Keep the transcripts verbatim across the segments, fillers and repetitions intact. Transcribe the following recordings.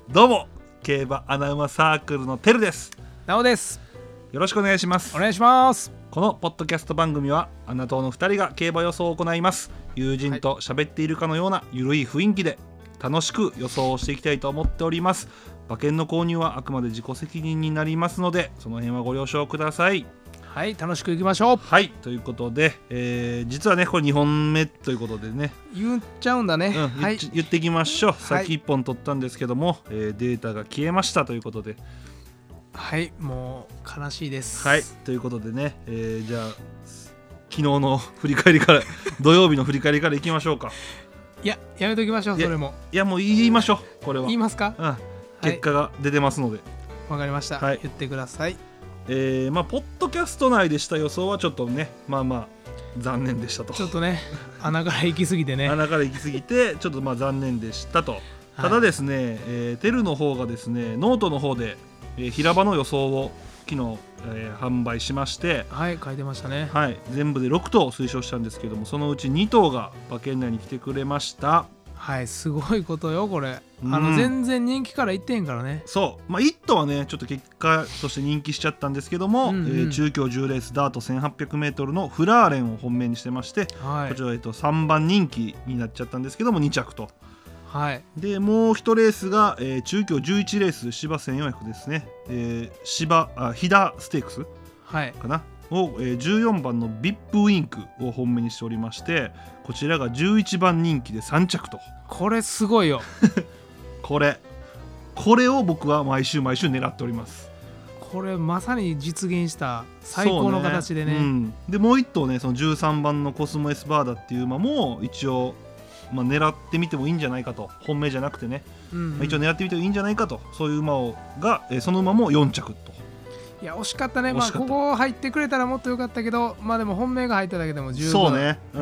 どうも競馬穴馬サークルのてるです。 なおです。 よろしくお願いします。 お願いします。 このポッドキャスト番組は穴党のふたりが競馬予想を行います。友人と喋っているかのようなゆるい雰囲気で楽しく予想をしていきたいと思っております。馬券の購入はあくまで自己責任になりますので、その辺はご了承ください。 はい、楽しくいきましょう。 はい、ということで、えー、実はねこれにほんめということでね言っちゃうんだね、 うんはい、 言, 言っていきましょう。 はい、 さっきいっぽん取ったんですけども、えー、データが消えましたということで、 はい、もう悲しいです。 はい、ということでね、えー、じゃあ昨日の振り返りから土曜日の振り返りからいきましょうか。 いや、やめときましょう。それもいやもう言いましょう。これは言いますか、 うん、結果が出てますので。 わかりました、 はい、 言ってください。 えー、まあポッドキャスト内でした予想はちょっとねまあまあ残念でしたと。 ちょっとね穴から行き過ぎてね穴から行き過ぎてちょっとまあ残念でしたと。ただですね、はい、えー、テルの方がですねノートの方で、えー、平場の予想を昨日、えー、販売しまして、はい、 書いてましたね。 はい、全部でろくとう推奨したんですけども、そのうちにとうが馬券内に来てくれました。 はい、すごいことよこれ、うん、あの全然人気からいってへんからね。 そう、まあ、いっとうはねちょっと結果として人気しちゃったんですけども、うんうん、えー、中京じゅうレースダート せんはっぴゃくメートル のフラーレンを本命にしてまして、はい、こちら、えー、とさんばん人気になっちゃったんですけどもにちゃくと。はい、でもういちレースが、えー、中京じゅういちレース芝せんよんひゃくですね、えー、芝あ飛騨ステークスかな、はい、を、えー、じゅうよんばんのビップウインクを本命にしておりまして、こちらがじゅういちばん人気でさんちゃくと。 これすごいよこれこれを僕は毎週毎週狙っております。 これまさに実現した最高の形で ね, ね、うん、 でもう一頭ねそのじゅうさんばんのコスモエスバーダっていう馬も一応、まあ、狙ってみてもいいんじゃないかと。本命じゃなくてね、うんうん、まあ、一応狙ってみてもいいんじゃないかと。そういう馬をが、えー、その馬もよんちゃくと。 いや惜しかったね。まあここ入ってくれたらもっと良かったけど、まあでも本命が入っただけでも十分。 そうね、うん、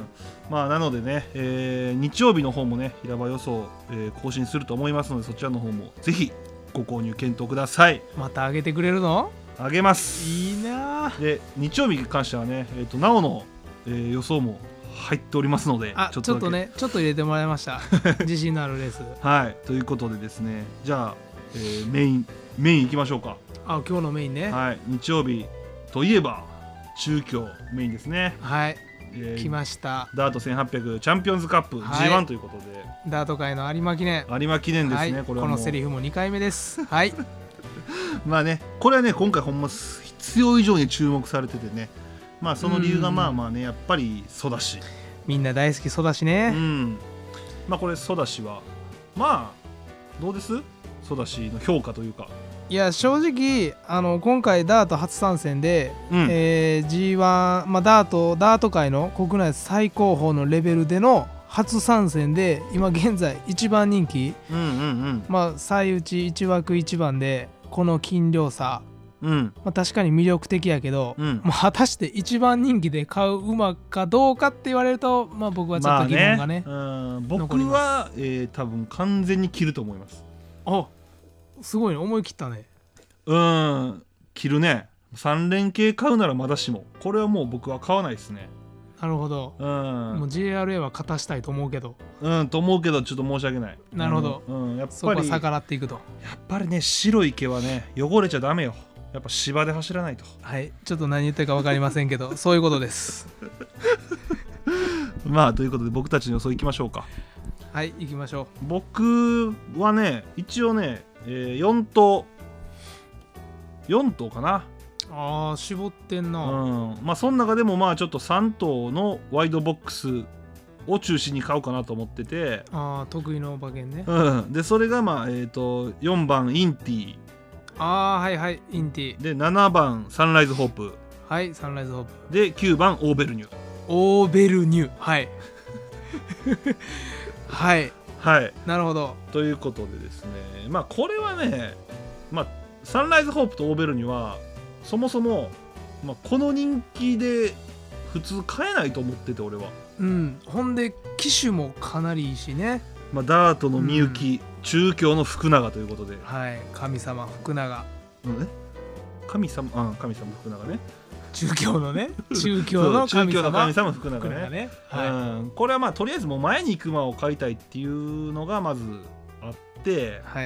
まあなのでね、えー、日曜日の方もね平場予想、えー、更新すると思いますので、そちらの方もぜひご購入検討ください。 また上げてくれるの？ 上げます。 いいな。 で日曜日に関してはね、えーと、なおの、えー、予想も入っておりますので、 あちょっとだけちょっとねちょっと入れてもらいました自信のあるレースはいということでですね、じゃあ、えー、メインメインいきましょうか。 あ今日のメインね。 はい、日曜日といえば中京メインですね。 はい、 えー、 来ました。 ダートせんはっぴゃくチャンピオンズカップ ジーワン ということで、 ダート界の有馬記念有馬記念ですね、 はい、 これはこのセリフもにかいめですはいまあねこれはね今回ほんま必要以上に注目されててね、まあその理由がまあまあねやっぱりソダシ、 みんな大好きソダシね。 うん、まあこれソダシはまあどうです？ソダシの評価というか。 いや正直あの今回ダート初参戦で、うん、えー、ジーワン、まあ、ダートダート界の国内最高峰のレベルでの初参戦で今現在いちばん人気、うんうんうん、まあ最内いちわくいちばんでこの斤量差、うん、まあ、確かに魅力的やけど、うん、まあ、果たしていちばん人気で買う馬かどうかって言われると、まあ、僕はちょっと疑問がね、 まあ、ね、うん、僕は、えー、多分完全に切ると思います。 あすごいね、思い切ったね。 うん切るね。さん連系買うならまだしもこれはもう僕は買わないですね。 なるほど、うん、もう ジェイアールエー は勝たしたいと思うけどうんと思うけどちょっと申し訳ない。 なるほど、 うんうん、やっぱりそこは逆らっていくと。 やっぱりね白い毛はね汚れちゃダメよ。やっぱ芝で走らないと。 はい、ちょっと何言ってるか分かりませんけどそういうことですまあということで僕たちの予想いきましょうか。 はい行きましょう。 僕はね一応ね、えー、よんとうよんとうかな。 あー絞ってんな、 うん、まあその中でもまあちょっとさんとうのワイドボックスを中心に買おうかなと思ってて。 あ得意の馬券ね、 うん、でそれがまあ、えー、とよんばんインティ、 あーはいはいインティでななばんサンライズホープ、 はいサンライズホープできゅうばんオーベルニュオーベルニュはいはいはいなるほど。 ということでですね、まあこれはね、まあサンライズホープとオーベルニュはそもそも、まあ、この人気で普通買えないと思ってて俺は。 うん、ほんで機種もかなりいいしね、 まあ、ダートのみゆき、うん、中京の福永ということで、 はい神様福永、 うん、神様あ神様福永ね中京のね中京の神様神様福永 ね, 福永ね、 はい、うん、これはまあとりあえずもう前に行く馬を買いたいっていうのがまずあって、 はい、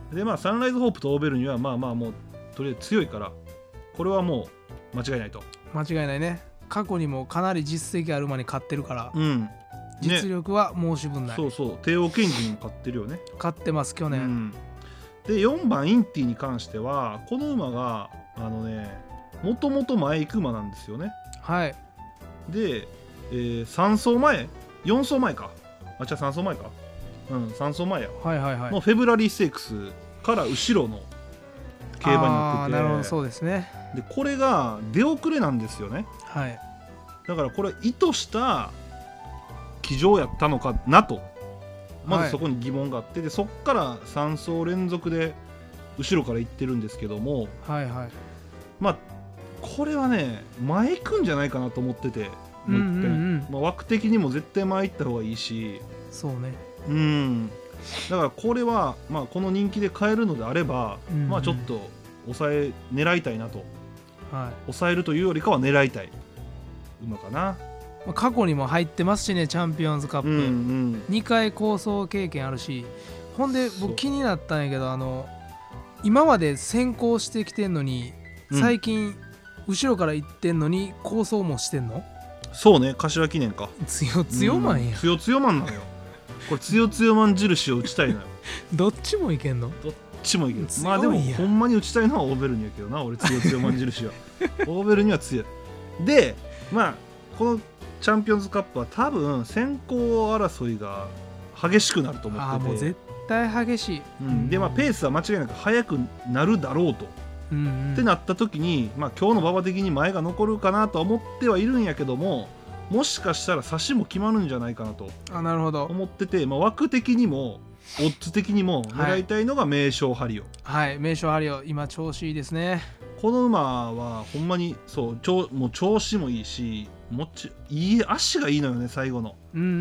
でまあサンライズホープとオーベルニュはまあまあもうとりあえず強いから、これはもう間違いないと。 間違いないね。過去にもかなり実績ある馬に勝ってるから、 うんね、 実力は申し分ない。 そうそう、帝王ケンジにも勝ってるよね。 勝ってます去年、うん、 でよんばんインティに関してはこの馬があのねもともと前行く馬なんですよね。 はい。 で、えー、さん走前よん走前かあじゃあさん走前かうんさん走前や、 はいはいはい、 のフェブラリーステークスから後ろの競馬になってて、 あなるほどそうですね。 でこれが出遅れなんですよね。 はい。 だからこれ意図した騎乗やったのかなとまずそこに疑問があって、はい、でそっからさん走連続で後ろから行ってるんですけども、 はいはい、 まあこれはね前行くんじゃないかなと思ってて、 うんうんうんまあ、枠的にも絶対前行った方がいいし、 そうね、 うんだからこれは、まあ、この人気で買えるのであれば、うんうん、まあちょっと抑え狙いたいなと、はい、抑えるというよりかは狙いたい馬かな。 過去にも入ってますしね、チャンピオンズカップ、うんうん、にかい構想経験あるし、ほんで僕気になったんやけど、あの今まで先行してきてんのに最近後ろから行ってんのに構想もしてんの、うん、 そうね、柏記念か。 強強マンや、 強強マンなのよこれ強強マン印を打ちたいのよどっちもいけんの。 どっちもいける。まあでもほんまに打ちたいのはオーベルニュやけどな、俺強強マン印はオーベルニュは強いで、まあこのチャンピオンズカップは多分先行争いが激しくなると思ってて、 あもう絶対激しい、 うん、でまあペースは間違いなく速くなるだろうと、うんうん、ってなった時に、まあ、今日の馬場的に前が残るかなとは思ってはいるんやけども、もしかしたら差しも決まるんじゃないかなと思ってて、まあ、枠的にもオッズ的にも狙いたいのが名将ハリオ。 はい、はい、名将ハリオ今調子いいですね。 この馬はほんまにそう調もう調子もいいし、もちいい足がいいのよね最後の、 うんうんうん、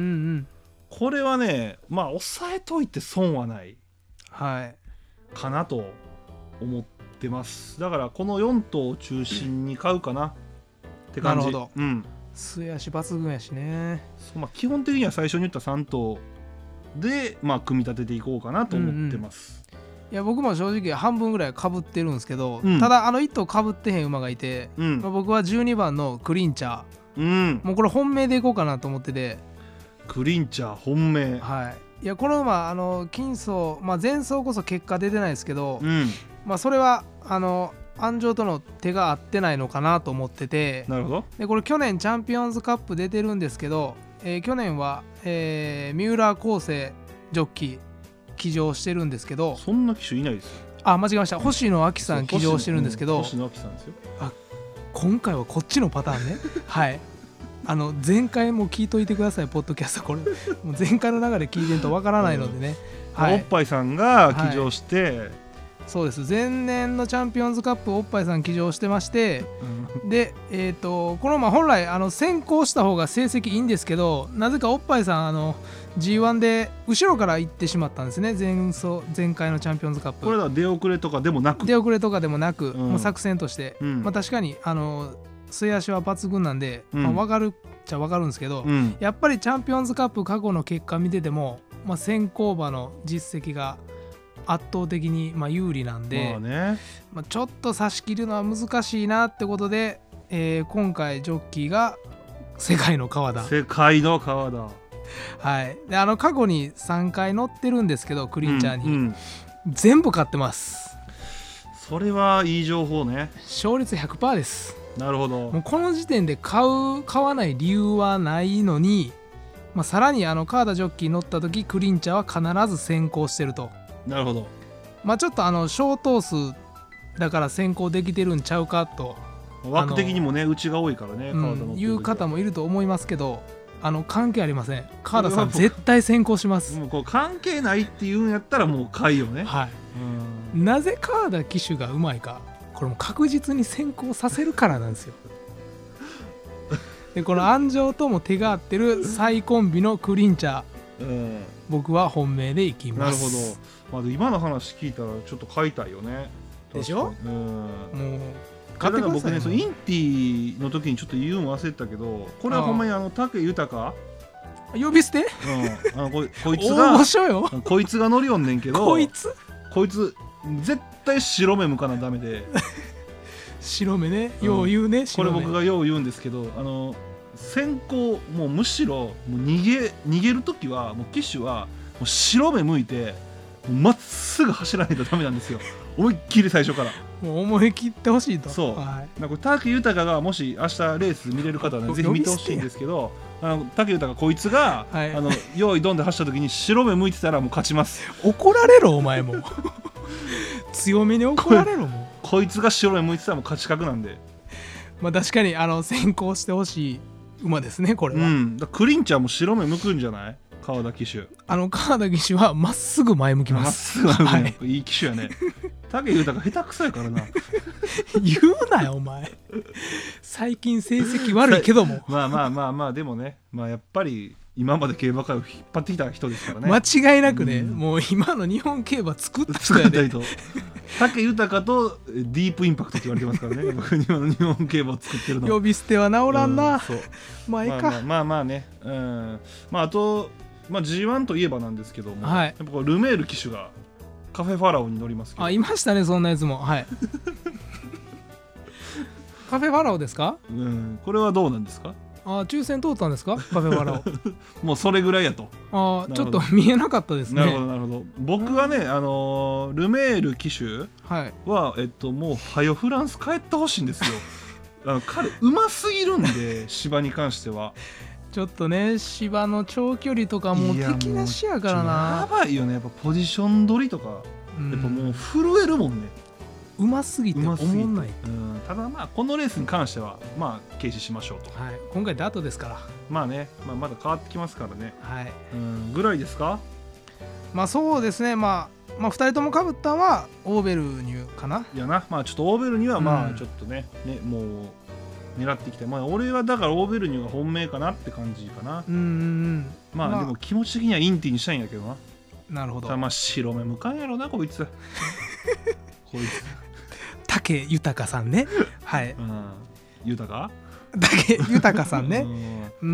これはねまあ抑えといて損はない、 はい、 かなと思ってます。だからこのよん頭を中心に買うかなって感じ。 なるほど、 うん、 末足抜群やしね。 そう、まあ、基本的には最初に言ったさん頭で、まあ、組み立てていこうかなと思ってます、うんうん、いや僕も正直半分ぐらいかぶってるんですけど、うん、ただあのいっ頭かぶってへん馬がいて、うんまあ、僕はじゅうにばんのクリンチャー、うん、もうこれ本命でいこうかなと思ってて。 クリンチャー本命、 はい、いやこの馬あの金走、まあ、前走こそ結果出てないですけど、うんまあ、それはあの安城との手が合ってないのかなと思ってて、 なるほど。 でこれ去年チャンピオンズカップ出てるんですけど、えー、去年は、えー、三浦康生ジョッキー騎乗してるんですけど、 そんな騎手いないですよ。 あ間違えました、星野亜紀さん騎乗してるんですけど、 星野亜紀さんですよ。 あ今回はこっちのパターンねはいあの前回も聞いといてくださいポッドキャスト、これもう前回の流れ聞いてるとわからないのでね、 うんはい、おっぱいさんが騎乗して、はい、 そうです、前年のチャンピオンズカップおっぱいさん騎乗してまして、うん、で、えー、とこの馬本来あの先行した方が成績いいんですけど、なぜかおっぱいさんあの ジーワン で後ろから行ってしまったんですね、 前, 走前回のチャンピオンズカップ。 これは出遅れとかでもなく出遅れとかでもなく、うん、もう作戦として、 うんまあ、確かにあの末足は抜群なんで、うんまあ、分かるっちゃ分かるんですけど、 うん、 やっぱりチャンピオンズカップ過去の結果見てても、まあ、先行馬の実績が圧倒的にまあ有利なんで、 まあねまあ、ちょっと差し切るのは難しいなってことで、えー、今回ジョッキーが世界の川田。 世界の川田はい、であの過去にさんかい乗ってるんですけどクリンチャーに、 うんうん、 全部勝ってます。 それはいい情報ね。 勝率 ひゃくパーセント です。 なるほど。 もうこの時点で買う買わない理由はないのに、まあ、さらにあの川田ジョッキー乗った時クリンチャーは必ず先行してると。 なるほど。 まあちょっとあの小頭数だから先行できてるんちゃうかと枠的にもね内が多いからね、 うん、川田のいう方もいると思いますけど、あの関係ありません。川田さん絶対先行します。 もうこう関係ないっていうんやったらもう買いよね。 はい、うん、なぜ川田騎手がうまいか、これも確実に先行させるからなんですよでこの安城とも手が合ってる最コンビのクリンチャー、うん、僕は本命でいきます。 なるほど、まあ、今の話聞いたらちょっと買いたいよね。 でしょ、 うん、もう買ってください。 僕ね、そのインティの時にちょっと言うの忘れてたけど、これはほんまにあの武豊呼び捨て、 うん、あの こ, こいつが大御所よこいつが乗りよんねんけどこいつこいつ絶対白目向かなダメで白目ね、よう言うね、うん、 これ僕がよう言うんですけど、あの先行もうむしろもう逃げ逃げるときはもう騎手はもう白目向いてまっすぐ走らないとダメなんですよ。思いっきり最初からもう思い切ってほしいと。 そう、はい、なんか武豊がもし明日レース見れる方は、ね、ぜひ見てほしいんですけど、あの武豊こいつが、はい、あの用意ドンで走った時に白目向いてたらもう勝ちます。 怒られろお前も強めに怒られろもうこいつが白目向いてたらもう勝ち確なんで、 まあ確かにあの先行してほしい馬ですねこれは。 うん、だクリンチャーも白目向くんじゃない？川田騎手。 あの川田騎手はまっすぐ前向きます。 まっすぐ前向き、はい、いい騎手やね。武豊下手くそやからな言うなよお前最近成績悪いけどもまあまあまあまあでもね、まあやっぱり今まで競馬界を引っ張ってきた人ですからね。 間違いなくね、うん、もう今の日本競馬作った人やで。 武豊とディープインパクトって言われてますからね僕今の日本競馬を作ってるの。 呼び捨ては治らんな、うん、そう前か、 まあまあ、まあまあね、うん、まああと、まあ、ジーワン といえばなんですけども、はい、やっぱこうルメール騎手がカフェファラオに乗りますけど。 あ、いましたねそんなやつも。はいカフェファラオですか？ うん、これはどうなんですか？ あ、抽選通ったんですか？カフェファラオもうそれぐらいやと。 あ、ちょっと見えなかったですね。 なるほどなるほど。僕はね、あのー、ルメール騎手は、はい、えっともうはよフランス帰ってほしいんですよあの彼うますぎるんで芝に関してはちょっとね、芝の長距離とかもう敵なしやからな。 やばいよね、やっぱポジション取りとか、うん、やっぱもう震えるもんね。 うますぎて思んない。 うん、ただまあこのレースに関してはまあ軽視しましょうと。 はい、今回ダートですから。 まあね、まあ、まだ変わってきますからね。 はい。 うん、ぐらいですか？ まあそうですね。まあまあふたりともかぶったのはオーベルニュかな。 いやな、まあちょっとオーベルニュはまあちょっとね、うん、ねもう狙ってきて、まあ俺はだからオーベルニュが本命かなって感じかな。 うんうんうん。 まあ、まあ、でも気持ち的にはインティにしたいんやけどな。 なるほど。 ただまあ白目向かんやろなこいつ。こいつ。 武豊さんね。はい。 うん、豊？ 武豊さんね。うん、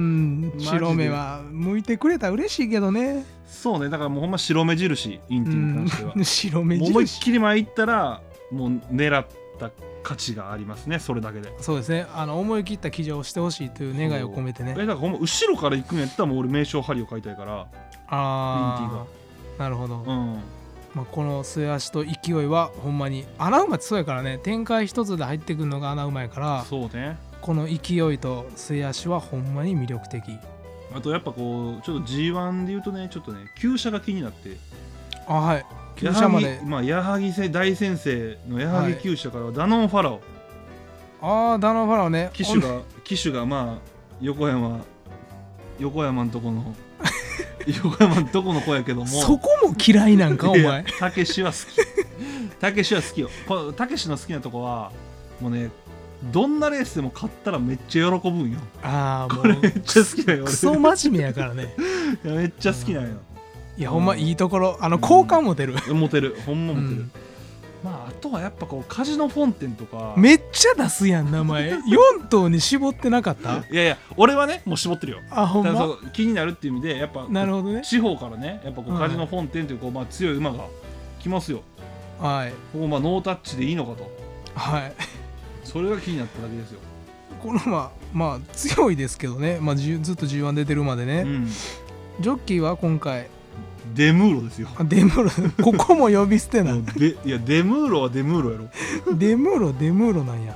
白目は向いてくれたら嬉しいけどね。 そうね、だからもうほんま白目印インティに関しては。 白目印。 思いっきり前行ったらもう狙った価値がありますね、それだけで。 そうですね、あの思い切った騎乗をしてほしいという願いを込めてね。 えだからほんま後ろから行くんやったらもう俺名称針を書いたいから。 ああ。インティが。なるほど。うん。まあ、この末足と勢いはほんまに穴馬ってそうやからね、展開一つで入ってくるのが穴馬やから。 そうね。 この勢いと末足はほんまに魅力的。 あとやっぱこうちょっと ジーワン で言うとね、ちょっとね厩舎が気になって。 あ、はい。厩舎まで。 まあ矢作大先生の矢作厩舎からはダノンファラオ。 はい、ああダノンファラオね。 騎手が騎手がまあ横山横山のとこの横山のとこの子やけども。 そこも嫌いなんかお前。 たけしは好き。たけしは好きよ。たけしの好きなとこはもうね。どんなレースでも勝ったらめっちゃ喜ぶんよ。ああ、もうこれめっちゃ好きだよ。 クソ真面目やからね。 いやめっちゃ好きなんよ。 いやほんまいいところ、あの好感持てる。 持てる、ほんま持てる。まああとはやっぱこうカジノフォンテンとか。 めっちゃ出すやん名前。よん頭に絞ってなかった？ いやいや俺はねもう絞ってるよ。 あほんま。 気になるっていう意味でやっぱなるほどね。 地方からねやっぱこうカジノフォンテンというこうまあ強い馬が来ますよ。 はい。 ここまあノータッチでいいのかと。 はい。 それが気になっただけですよ。 この馬まあ強いですけどね、まあ、ずっと ジーワン 出てるまでね、うん、ジョッキーは今回デムーロですよ。 デムーロここも呼び捨てな。 でいやデムーロはデムーロやろ。 デムーロデムーロなんや。 うん、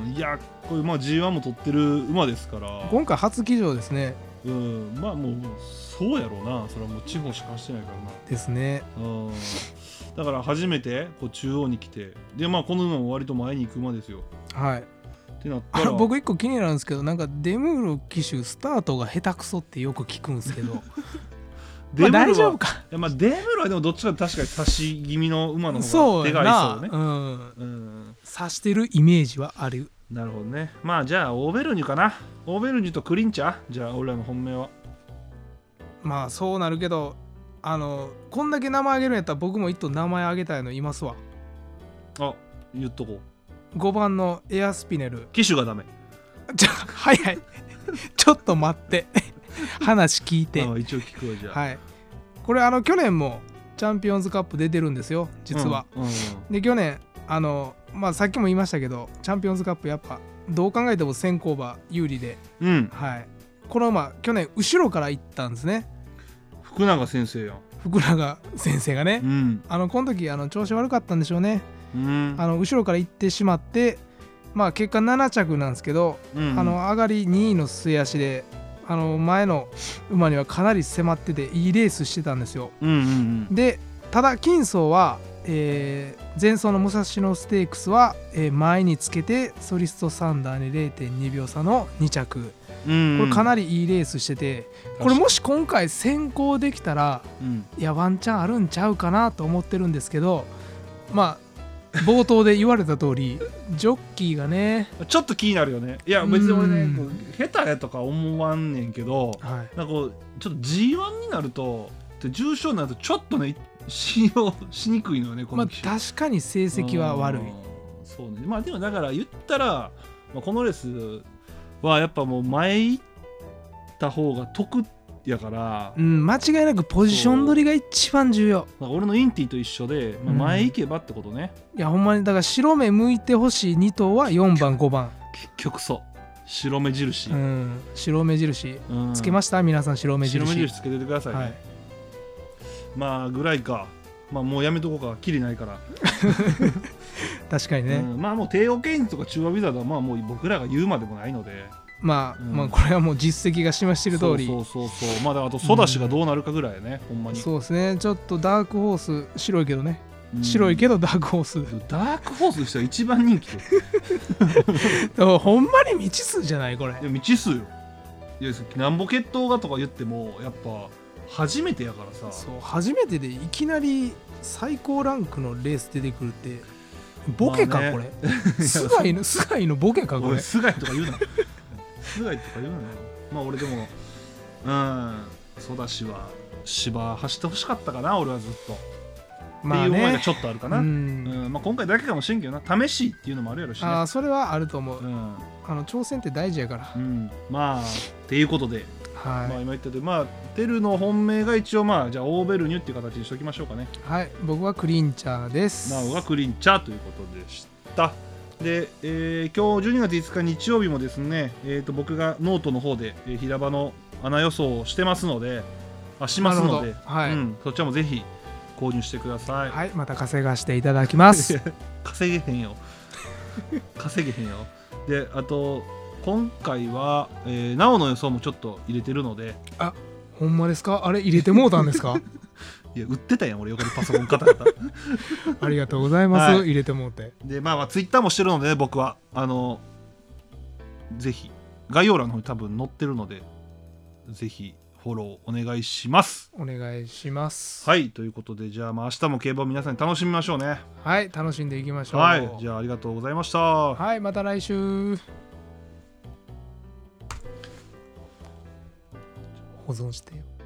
いやこれまあ ジーワン も取ってる馬ですから今回初騎乗ですね。 うん、まあもうそうやろうな。それはもう地方しかしてないからな。 ですね。 うんだから初めてこう中央に来てでまあこの馬も割と前に行く馬ですよ。 はい。 ってなったら僕一個気になるんですけど、なんかデムーロ騎手スタートが下手くそってよく聞くんですけどまあ大丈夫か。 いやまあデムーロはでもどっちか確かに差し気味の馬の方が手がありそうね。 そう、うんうん、差してるイメージはある。 なるほどね。まあじゃあオーベルニュかな。オーベルニュとクリンチャーじゃあ俺らの本命は。 まあそうなるけどあのこんだけ名前あげるんやったら僕も一頭名前あげたいのいますわ。 あ言っとこう。 ごばんのエアスピネル。 騎手がダメ。 じゃはいはいちょっと待って話聞いて。 あ一応聞くわじゃあ。 はい。これあの去年もチャンピオンズカップ出てるんですよ実は、 うんうんうん、 で去年あの、まあ、さっきも言いましたけどチャンピオンズカップやっぱどう考えても先行馬有利で、 うんはい、この馬去年後ろから行ったんですね。 福永先生やん。 福永先生がね、 うん、 あのこの時あの調子悪かったんでしょうね、 うん、 あの後ろから行ってしまって、まあ、結果なな着なんですけど、うんうん、あの上がりにいの末脚であの前の馬にはかなり迫ってていいレースしてたんですよ、 うんうんうん、 でただ金層は、えー、前走の武蔵野ステークスは、えー、前につけてソリストサンダーに れいてんに 秒差のに着、うんうん、これかなりいいレースしてて、これもし今回先行できたら、うん、いやワンチャンあるんちゃうかなと思ってるんですけど、まあ冒頭で言われた通りジョッキーがねちょっと気になるよね。いや別に俺ね、うん、下手やとか思わんねんけど、はい、なんかこうちょっと ジーワン になると重賞になるとちょっとね信用しにくいのよねこの騎手、 まあ、確かに成績は悪い。 そうね、まあでもだから言ったら、まあ、このレースはやっぱもう前行った方が得やから、 うん、間違いなくポジション取りが一番重要。 俺のインティと一緒で、まあ、前行けばってことね、 うん、いやほんまにだから白目向いてほしいに頭はよんばんごばん結局そう白目印、 うん、白目印、うん、つけました皆さん白目印白目印つけててくださいね、はい、まあぐらいか、まあもうやめとこうかきりないから確かにね、 うん、まあもう帝王ケインズとか中和ウィザードはまあもう僕らが言うまでもないので、 まあ、うん、まあこれはもう実績が示してる通り、 そうそうそうそう、まあだからあとソダシがどうなるかぐらいやね、うん、ほんまにそうですね。ちょっとダークホース白いけどね、うん、白いけどダークホースダークホースとしては一番人気でもほんまに未知数じゃないこれ。いや未知数よ。いやなんぼ決闘がとか言ってもやっぱ初めてやからさ。 そう初めてでいきなり最高ランクのレース出てくるってボケか、まあね、これスガイのスガイのボケかこれ。 スガイとか言うなスガイとか言うなよ。まあ俺でもうんソダシは芝走ってほしかったかな俺はずっと、まあね、っていう思いがちょっとあるかな、うんうんまあ、今回だけかもしれんけどな試しっていうのもあるやろしね。 あそれはあると思う、うん、あの挑戦って大事やから、 うん、まあっていうことで、 はい、 まあ今言ったでまあテルの本命が一応まあじゃあオーベルニュっていう形にしておきましょうかね。 はい僕はクリンチャーです。 なおがクリンチャーということでした。で、えー、今日じゅうにがついつか日曜日もですね、えー、と僕がノートの方で、えー、平場の穴予想をしてますのであしますので、はいうん、そちらもぜひ購入してください。 はいまた稼がしていただきます稼げへんよ稼げへんよ。であと今回は、えー、なおの予想もちょっと入れてるので。 あほんまですか。あれ入れてもうたんですかいや売ってたやん俺横にパソコン買った方ありがとうございます、はい、入れてもうて。 でまあまあツイッターもしてるので、ね、僕はあのぜひ概要欄の方に多分載ってるのでぜひフォローお願いします。 お願いします。 はいということでじゃあまあ明日も競馬を皆さんに楽しみましょうね。 はい楽しんでいきましょう。 はいじゃあありがとうございました。 はいまた来週。保存してよ。